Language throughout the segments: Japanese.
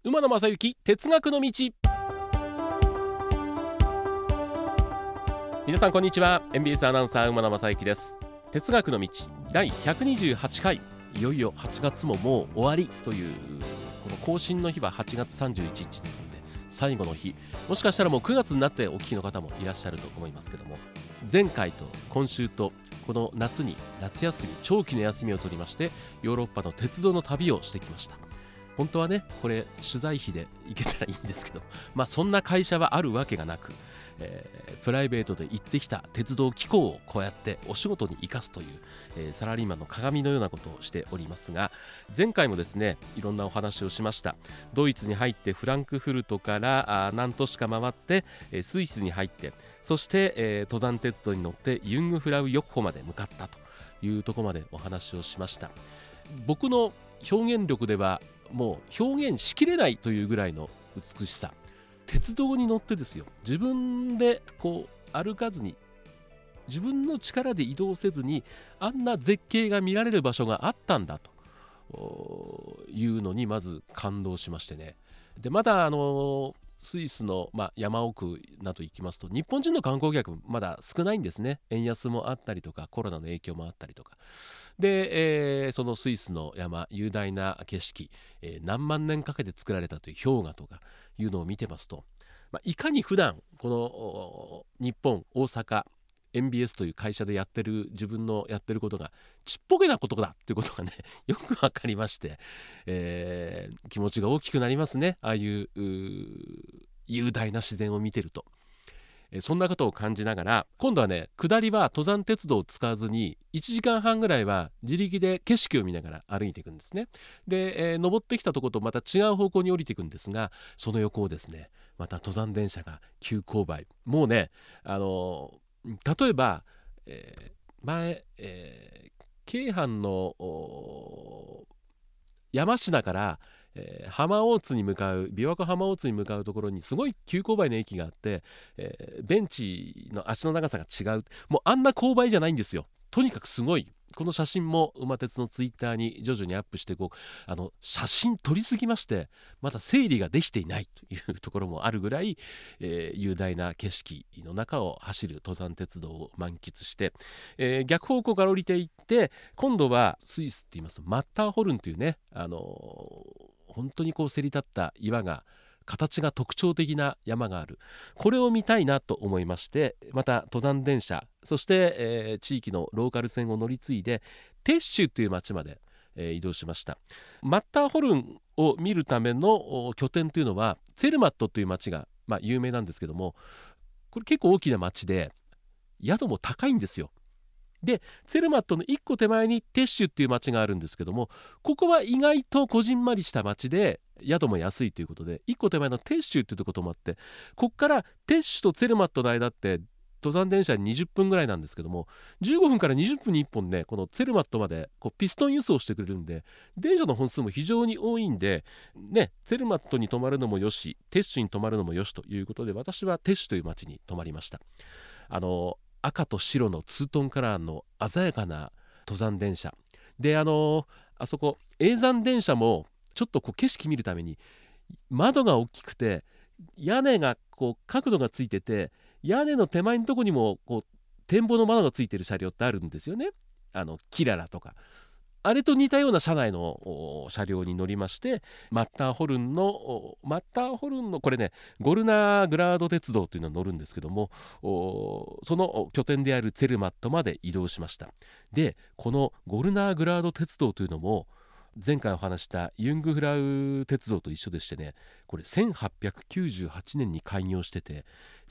馬野正幸哲学の道。皆さんこんにちは。 MBS アナウンサー馬野正幸です。哲学の道第128回、いよいよ8月ももう終わりという、この更新の日は8月31日ですので最後の日、もしかしたらもう9月になってお聞きの方もいらっしゃると思いますけども、前回と今週とこの夏に夏休み、長期の休みを取りましてヨーロッパの鉄道の旅をしてきました。本当はねこれ取材費で行けたらいいんですけど、そんな会社はあるわけがなく、プライベートで行ってきた鉄道機構をこうやってお仕事に生かすという、サラリーマンの鏡のようなことをしておりますが、前回もですねいろんなお話をしました。ドイツに入ってフランクフルトから何都市か回ってスイスに入って、そして、登山鉄道に乗ってユングフラウヨッホまで向かったというところまでお話をしました。僕の表現力ではもう表現しきれないというぐらいの美しさ、鉄道に乗ってですよ、自分でこう歩かずに自分の力で移動せずにあんな絶景が見られる場所があったんだというのにまず感動しましてね。でまだスイスの、山奥など行きますと日本人の観光客まだ少ないんですね。円安もあったりとかコロナの影響もあったりとかで、そのスイスの山、雄大な景色、何万年かけて作られたという氷河とかいうのを見てますと、いかに普段この日本大阪 MBS という会社でやってる自分のやってることがちっぽけなことだっていうことがねよくわかりまして、気持ちが大きくなりますね。ああいう雄大な自然を見てると。そんなことを感じながら、今度はね下りは登山鉄道を使わずに1時間半ぐらいは自力で景色を見ながら歩いていくんですね。で、登ってきたところとまた違う方向に降りていくんですが、その横をですねまた登山電車が急勾配、もうね例えば、前、京阪の山科から浜大津に向かう琵琶湖浜大津に向かうところにすごい急勾配の駅があって、ベンチの足の長さが違う。もうあんな勾配じゃないんですよ。とにかくすごい。この写真も馬鉄のツイッターに徐々にアップして写真撮りすぎましてまだ整理ができていないというところもあるぐらい、雄大な景色の中を走る登山鉄道を満喫して、逆方向から降りていって今度はスイスって言いますとマッターホルンというね本当にこうせり立った岩が形が特徴的な山がある。これを見たいなと思いまして、また登山電車そして、地域のローカル線を乗り継いでテッシュという町まで、移動しました。マッターホルンを見るための拠点というのはツェルマットという町が、有名なんですけども、これ結構大きな町で宿も高いんですよ。でツェルマットの1個手前にテッシュっていう町があるんですけども、ここは意外とこじんまりした町で宿も安いということで1個手前のテッシュっていうところもあって、ここからテッシュとツェルマットの間って登山電車に20分ぐらいなんですけども、15分から20分に1本ねこのツェルマットまでこうピストン輸送してくれるんで、電車の本数も非常に多いんでね、ツェルマットに泊まるのもよしテッシュに泊まるのもよしということで、私はテッシュという町に泊まりました。赤と白のツートンカラーの鮮やかな登山電車で、あそこ叡山電車もちょっとこう景色見るために窓が大きくて屋根がこう角度がついてて、屋根の手前のとこにもこう展望の窓がついてる車両ってあるんですよね。キララとかあれと似たような車内の車両に乗りまして、マッターホルンのこれねゴルナーグラード鉄道というのを乗るんですけども、その拠点であるツェルマットまで移動しました。でこのゴルナーグラード鉄道というのも前回お話したユングフラウ鉄道と一緒でしてね、これ1898年に開業してて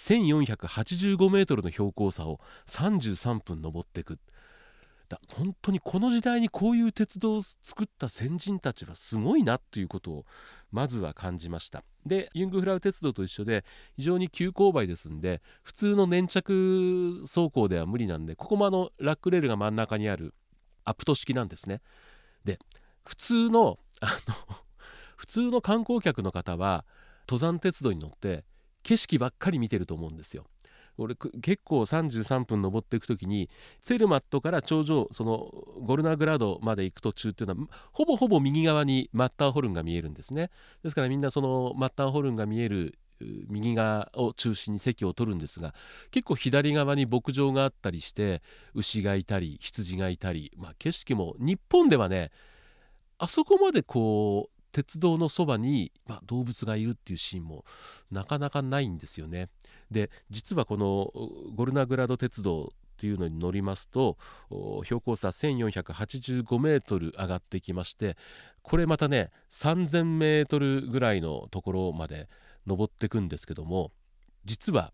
1485メートルの標高差を33分登っていく。本当にこの時代にこういう鉄道を作った先人たちはすごいなっていうことをまずは感じました。でユングフラウ鉄道と一緒で非常に急勾配ですんで、普通の粘着走行では無理なんで、ここもラックレールが真ん中にあるアプト式なんですね。で普通の観光客の方は登山鉄道に乗って景色ばっかり見てると思うんですよ。 俺結構33分登っていくときにツェルマットから頂上そのゴルナグラドまで行く途中っていうのはほぼほぼ右側にマッターホルンが見えるんですね。ですからみんなそのマッターホルンが見える右側を中心に席を取るんですが、結構左側に牧場があったりして牛がいたり羊がいたり、景色も日本ではねあそこまでこう鉄道のそばに、動物がいるっていうシーンもなかなかないんですよね。で実はこのゴルナグラド鉄道っていうのに乗りますと標高差1485メートル上がってきまして、これまたね3000メートルぐらいのところまで登ってくんですけども、実は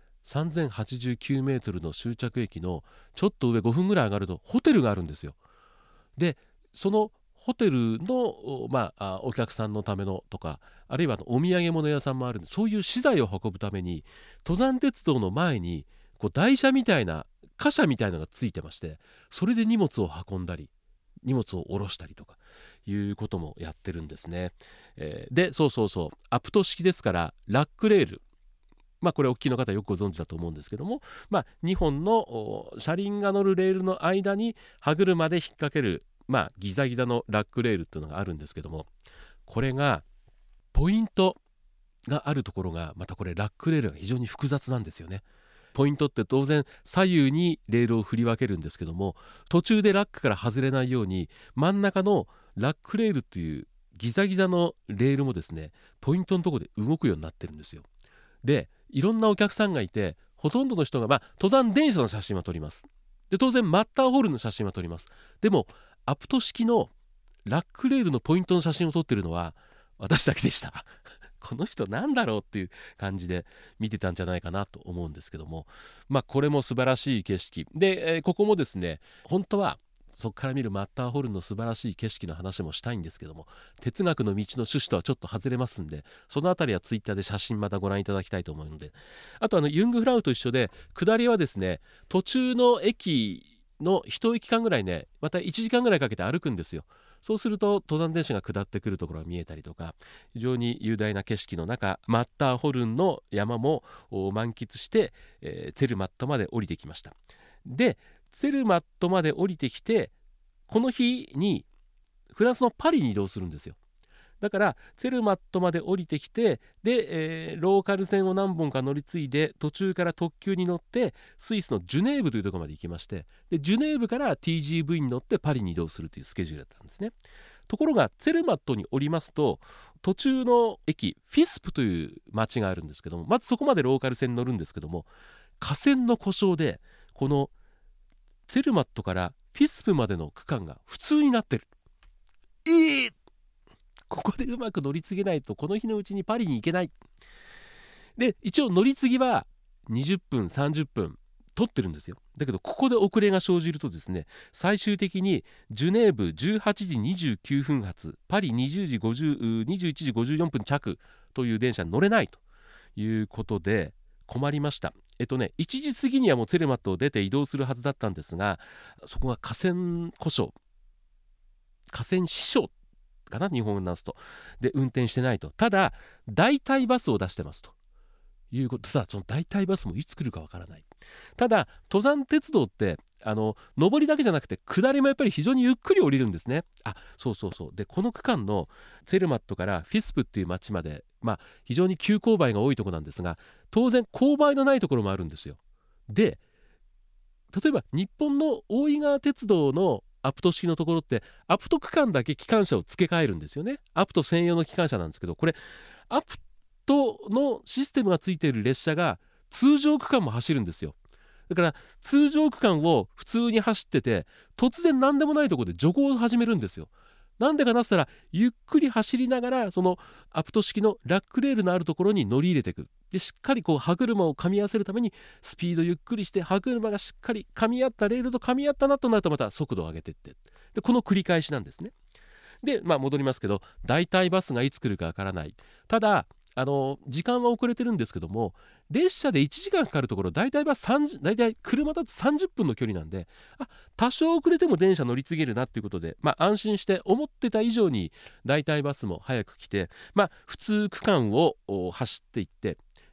3089メートルの終着駅のちょっと上5分ぐらい上がるとホテルがあるんですよ。でそのホテルの、お客さんのためのとか、あるいはお土産物屋さんもあるんで、そういう資材を運ぶために登山鉄道の前にこう台車みたいな貨車みたいなのがついてまして、それで荷物を運んだり荷物を下ろしたりとかいうこともやってるんですね。でそうアプト式ですからラックレール、これお聞きの方よくご存知だと思うんですけども、2本の車輪が乗るレールの間に歯車で引っ掛けるギザギザのラックレールっていうのがあるんですけども、これがポイントがあるところがまたこれラックレールが非常に複雑なんですよね。ポイントって当然左右にレールを振り分けるんですけども、途中でラックから外れないように真ん中のラックレールっていうギザギザのレールもですねポイントのところで動くようになってるんですよ。でいろんなお客さんがいて、ほとんどの人が、登山電車の写真は撮ります。で当然マッターホルンの写真は撮ります。でもアプト式のラックレールのポイントの写真を撮ってるのは私だけでしたこの人なんだろうっていう感じで見てたんじゃないかなと思うんですけども、これも素晴らしい景色で、ここもですね本当はそこから見るマッターホルンの素晴らしい景色の話もしたいんですけども、哲学の道の趣旨とはちょっと外れますんで、そのあたりはツイッターで写真またご覧いただきたいと思うので、あとユングフラウと一緒で下りはですね途中の駅の1駅間ぐらいねまた1時間ぐらいかけて歩くんですよ。そうすると登山電車が下ってくるところが見えたりとか、非常に雄大な景色の中マッターホルンの山も満喫して、ツェルマットまで降りてきました。でツェルマットまで降りてきて、この日にフランスのパリに移動するんですよ。だからツェルマットまで降りてきて、で、ローカル線を何本か乗り継いで途中から特急に乗ってスイスのジュネーブというところまで行きまして、でジュネーブから TGV に乗ってパリに移動するというスケジュールだったんですね。ところがツェルマットに降りますと途中の駅フィスプという町があるんですけども、まずそこまでローカル線に乗るんですけども、架線の故障でこのツェルマットからフィスプまでの区間が普通になってる。ここでうまく乗り継げないとこの日のうちにパリに行けない。で一応乗り継ぎは20分30分取ってるんですよ。だけどここで遅れが生じるとですね、最終的にジュネーブ18時29分発パリ21時54分着という電車に乗れないということで困りました。1時過ぎにはもうツェルマットを出て移動するはずだったんですが、そこが架線故障、架線支障かな、日本語に直すとで運転してないと。ただ代替バスを出してますということ。ただその代替バスもいつ来るかわからない。ただ登山鉄道って上りだけじゃなくて下りもやっぱり非常にゆっくり降りるんですね。でこの区間のツェルマットからフィスプっていう町まで、非常に急勾配が多いところなんですが、当然勾配のないところもあるんですよ。で例えば日本の大井川鉄道のアプト式のところってアプト区間だけ機関車を付け替えるんですよね。アプト専用の機関車なんですけど、これアプトのシステムがついている列車が通常区間も走るんですよ。だから通常区間を普通に走ってて突然何でもないところで徐行を始めるんですよ。なんでかなったらゆっくり走りながらそのアプト式のラックレールのあるところに乗り入れていく。でしっかり歯車を噛み合わせるためにスピードゆっくりして歯車がしっかり噛み合ったレールと噛み合ったなとなるとまた速度を上げていって、でこの繰り返しなんですね。で戻りますけど、代替バスがいつ来るかわからない。ただ時間は遅れてるんですけども、列車で1時間かかるところ大体車だと30分の距離なんで、多少遅れても電車乗り継げるなっていうことで、安心して思ってた以上に代替バスも早く来て、普通区間を走っていって、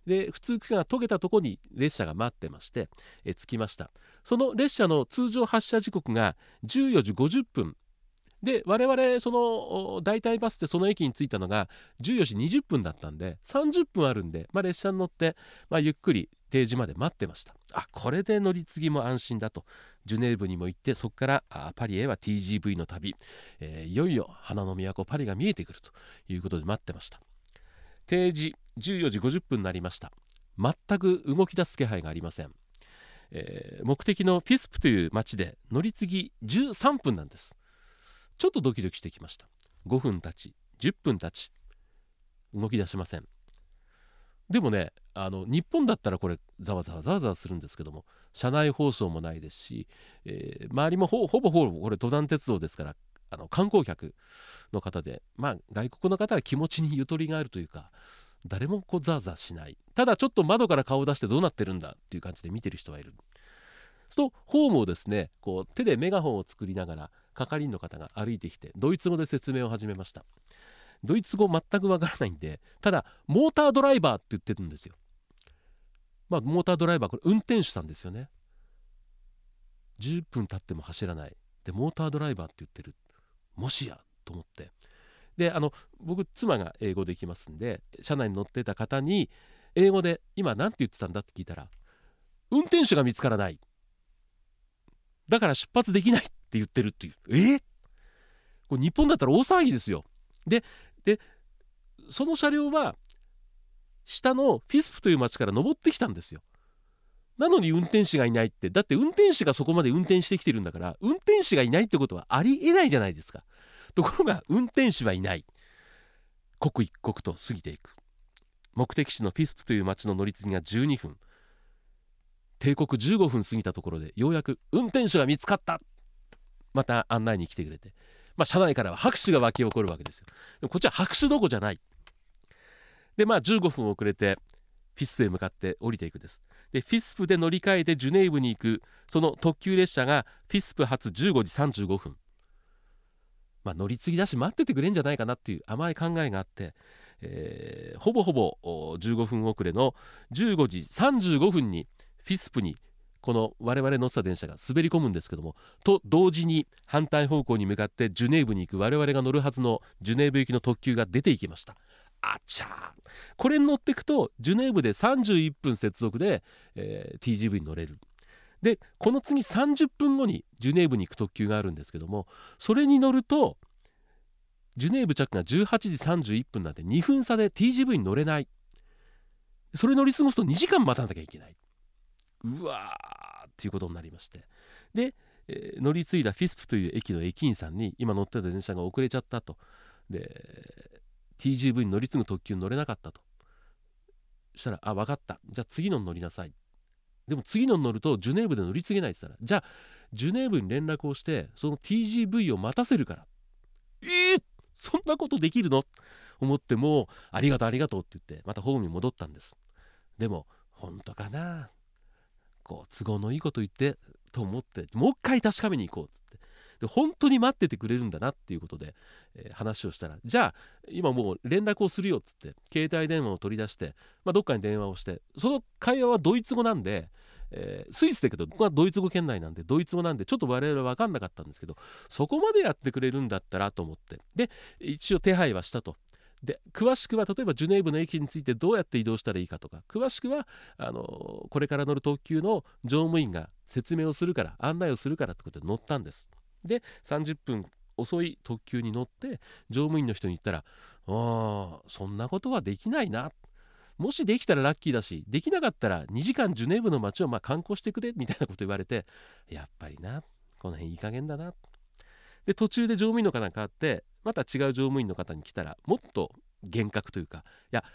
で普通区間が解けたところに列車が待ってまして、着きました。その列車の通常発車時刻が14時50分で、我々その代替バスでその駅に着いたのが14時20分だったんで、30分あるんで、列車に乗って、ゆっくり定時まで待ってました。これで乗り継ぎも安心だと。ジュネーブにも行って、そこからパリへは TGV の旅、いよいよ花の都パリが見えてくるということで待ってました。定時14時50分になりました。全く動き出す気配がありません。目的のフィスプという町で乗り継ぎ13分なんです。ちょっとドキドキしてきました。5分経ち10分経ち動き出しません。でもね、日本だったらこれざわざわざわざわするんですけども、車内放送もないですし、周りもほぼこれ登山鉄道ですから、観光客の方で、外国の方は気持ちにゆとりがあるというか、誰もザーザーしない。ただちょっと窓から顔を出してどうなってるんだっていう感じで見てる人はいる。そうするとホームをですね、手でメガホンを作りながら係員の方が歩いてきてドイツ語で説明を始めました。ドイツ語全くわからないんで、ただモータードライバーって言ってるんですよ。モータードライバー、これ運転手さんですよね。10分経っても走らないでモータードライバーって言ってる、もしやと思って、で僕妻が英語できますんで、車内に乗ってた方に英語で今何て言ってたんだって聞いたら、運転手が見つからない、だから出発できないって言ってるっていう。これ日本だったら大騒ぎですよ。でその車両は下のフィスプという町から登ってきたんですよ。なのに運転手がいないって、だって運転手がそこまで運転してきてるんだから、運転手がいないってことはありえないじゃないですか。ところが運転手はいない。刻一刻と過ぎていく。目的地のフィスプという町の乗り継ぎが12分、定刻15分過ぎたところでようやく運転手が見つかった。また案内に来てくれて、車内からは拍手が沸き起こるわけですよ。でもこっちは拍手どころじゃない。で15分遅れてフィスプへ向かって降りていくです。でフィスプで乗り換えてジュネーブに行くその特急列車がフィスプ発15時35分。乗り継ぎだし待っててくれんじゃないかなっていう甘い考えがあって、ほぼ15分遅れの15時35分にフィスプにこの我々乗ってた電車が滑り込むんですけども、と同時に反対方向に向かってジュネーブに行く我々が乗るはずのジュネーブ行きの特急が出ていきました。これに乗っていくとジュネーブで31分接続で、TGV に乗れる。でこの次30分後にジュネーブに行く特急があるんですけども、それに乗るとジュネーブ着が18時31分なんで2分差で TGV に乗れない。それ乗り過ごすと2時間待たなきゃいけない。うわーっていうことになりまして、で、乗り継いだフィスプという駅の駅員さんに今乗ってた電車が遅れちゃったと。で TGV に乗り継ぐ特急に乗れなかったとしたら、分かった、じゃあ次のに乗りなさい。でも次のに乗るとジュネーブで乗り継げないって言ったら、じゃあジュネーブに連絡をしてその TGV を待たせるから。そんなことできるの思って、もうありがとうありがとうって言ってまたホームに戻ったんです。でも本当かな、都合のいいこと言ってと思って、もう一回確かめに行こうっつって、で本当に待っててくれるんだなっていうことで、話をしたら、じゃあ今もう連絡をするよっつって携帯電話を取り出して、どっかに電話をして、その会話はドイツ語なんで、スイスだけど僕はドイツ語圏内なんでドイツ語なんでちょっと我々は分かんなかったんですけど、そこまでやってくれるんだったらと思って、で一応手配はしたと。で詳しくは例えばジュネーブの駅についてどうやって移動したらいいかとか、詳しくはこれから乗る特急の乗務員が説明をするから案内をするからってことで乗ったんです。で30分遅い特急に乗って乗務員の人に言ったら、そんなことはできないな、もしできたらラッキーだし、できなかったら2時間ジュネーブの街を観光してくれみたいなこと言われて、やっぱりな、この辺いい加減だな。で途中で乗務員の方が変わってまた違う乗務員の方に来たら、もっと厳格というか、いや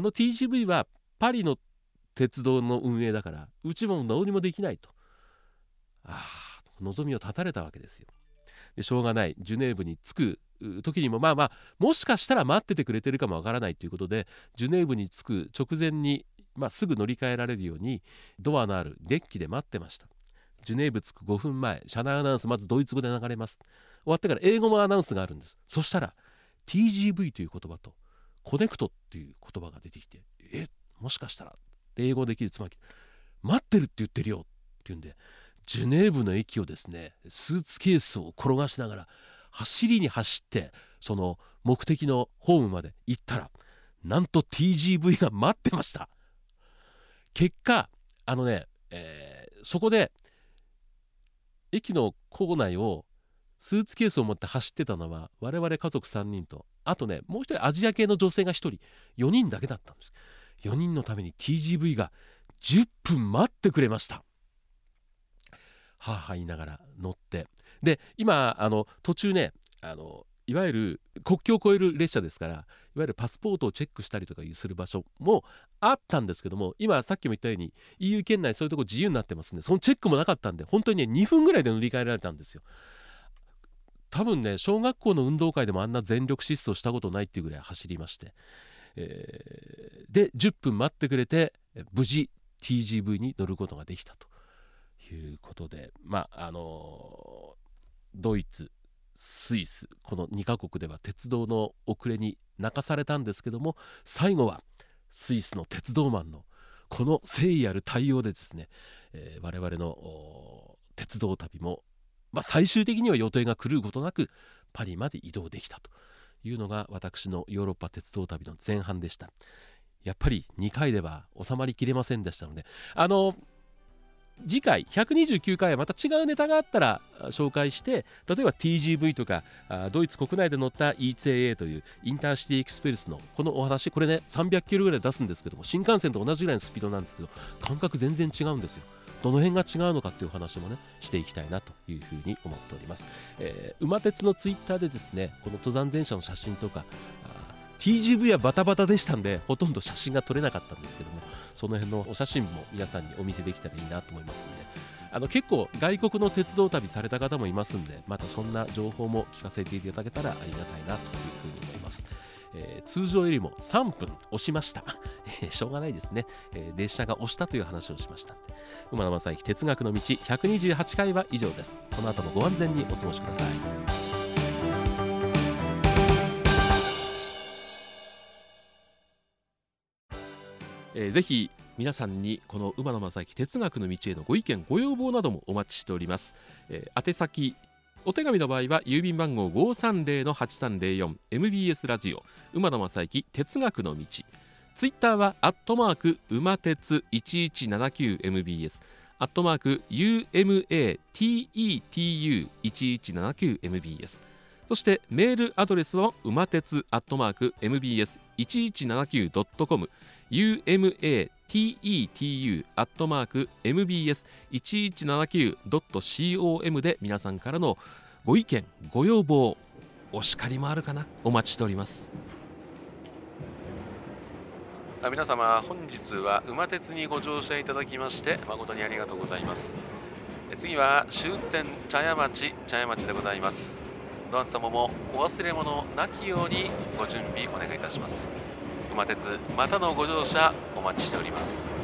TGV はパリの鉄道の運営だからうちもどうにもできないと、望みを絶たれたわけですよ。でしょうがない、ジュネーブに着く時にももしかしたら待っててくれてるかもわからないということで、ジュネーブに着く直前に、すぐ乗り換えられるようにドアのあるデッキで待ってました。ジュネーブ着く5分前、車内アナウンスまずドイツ語で流れます。終わってから英語もアナウンスがあるんです。そしたら TGV という言葉とコネクトっていう言葉が出てきて、 もしかしたらで英語できる妻が待ってるって言ってるよって言うんで、ジュネーブの駅をですねスーツケースを転がしながら走りに走ってその目的のホームまで行ったら、なんと TGV が待ってました。結果そこで駅の構内をスーツケースを持って走ってたのは我々家族3人と、あとねもう一人アジア系の女性が1人、4人だけだったんです。4人のために TGV が10分待ってくれました。はあはあ言いながら乗って、で今途中ねいわゆる国境を越える列車ですから、いわゆるパスポートをチェックしたりとかする場所もあったんですけども、今さっきも言ったように EU 圏内そういうとこ自由になってますんで、そのチェックもなかったんで本当にね2分ぐらいで乗り換えられたんですよ。多分ね小学校の運動会でもあんな全力疾走したことないっていうぐらい走りまして、で10分待ってくれて無事 TGV に乗ることができたということで、ドイツスイスこの2カ国では鉄道の遅れに泣かされたんですけども、最後はスイスの鉄道マンのこの誠意ある対応でですね、我々の鉄道旅も、最終的には予定が狂うことなくパリまで移動できたというのが私のヨーロッパ鉄道旅の前半でした。やっぱり2回では収まりきれませんでしたので、次回129回はまた違うネタがあったら紹介して、例えば TGV とかドイツ国内で乗った ECA というインターシティエクスプレスのこのお話、これね300キロぐらい出すんですけども、新幹線と同じぐらいのスピードなんですけど感覚全然違うんですよ。どの辺が違うのかっていう話もねしていきたいなというふうに思っております。馬鉄のツイッターでですねこの登山電車の写真とかTGV はバタバタでしたんでほとんど写真が撮れなかったんですけども、その辺のお写真も皆さんにお見せできたらいいなと思いますんで、結構外国の鉄道旅された方もいますんで、またそんな情報も聞かせていただけたらありがたいなというふうに思います。通常よりも3分押しましたしょうがないですね、列車が押したという話をしました。馬野正幸哲学の道128回は以上です。この後もご安全にお過ごしください。ぜひ皆さんにこの馬野正幸哲学の道へのご意見ご要望などもお待ちしております。宛先お手紙の場合は郵便番号 530-8304 MBS ラジオ馬野正幸哲学の道、ツイッターは馬鉄 1179MBS UMATETU1179MBS、 そしてメールアドレスは馬鉄MBS1179.com umatetu@mbs1179.com で皆さんからのご意見ご要望お叱りもあるかなお待ちしております。皆様本日は馬鉄にご乗車いただきまして誠にありがとうございます。次は終点茶屋町でございます。どなた様もお忘れ物なきようにご準備お願いいたします。馬鉄またのご乗車お待ちしております。